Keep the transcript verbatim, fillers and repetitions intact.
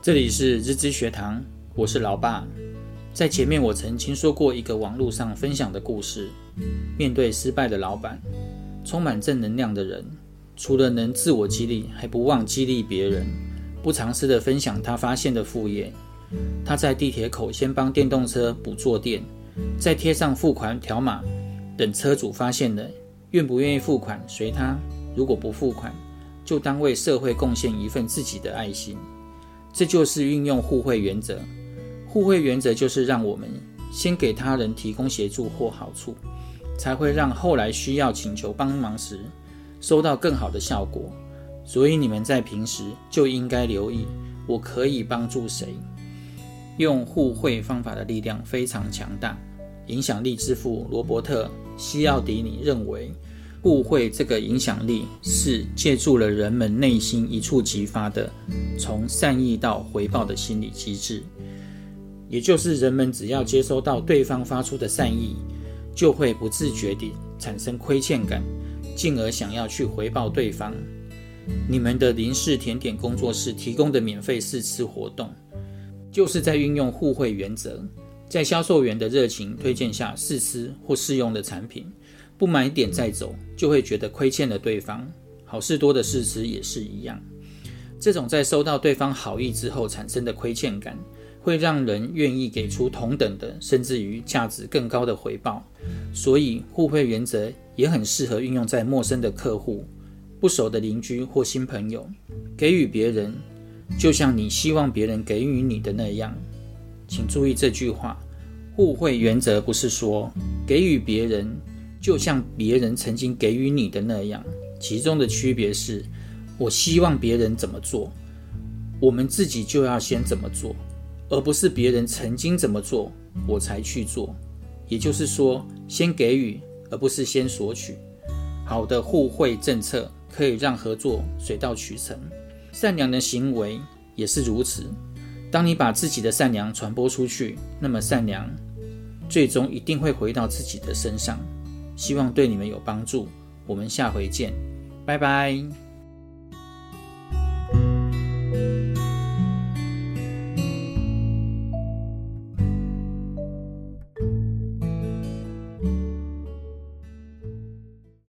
这里是日知学堂，我是老爸。在前面我曾经说过一个网络上分享的故事，面对失败的老板，充满正能量的人，除了能自我激励，还不忘激励别人，不藏私的分享他发现的副业。他在地铁口先帮电动车补坐垫，再贴上付款条码，等车主发现了，愿不愿意付款随他，如果不付款，就当为社会贡献一份自己的爱心。这就是运用互惠原则。互惠原则就是让我们先给他人提供协助或好处，才会让后来需要请求帮忙时收到更好的效果。所以你们在平时就应该留意，我可以帮助谁。用互惠方法的力量非常强大。影响力之父罗伯特·西奥迪尼认为，互惠这个影响力是借助了人们内心一触即发的从善意到回报的心理机制。也就是人们只要接收到对方发出的善意，就会不自觉地产生亏欠感，进而想要去回报对方。你们的林氏甜点工作室提供的免费试吃活动，就是在运用互惠原则，在销售员的热情推荐下试吃或试用的产品，不买点再走，就会觉得亏欠了对方。好事多的试吃也是一样，这种在收到对方好意之后产生的亏欠感，会让人愿意给出同等的甚至于价值更高的回报。所以互惠原则也很适合运用在陌生的客户、不熟的邻居或新朋友。给予别人就像你希望别人给予你的那样。请注意这句话，互惠原则不是说给予别人就像别人曾经给予你的那样，其中的区别是，我希望别人怎么做，我们自己就要先怎么做，而不是别人曾经怎么做我才去做。也就是说，先给予而不是先索取。好的互惠政策可以让合作水到渠成，善良的行为也是如此。当你把自己的善良传播出去，那么善良最终一定会回到自己的身上。希望对你们有帮助，我们下回见，拜拜。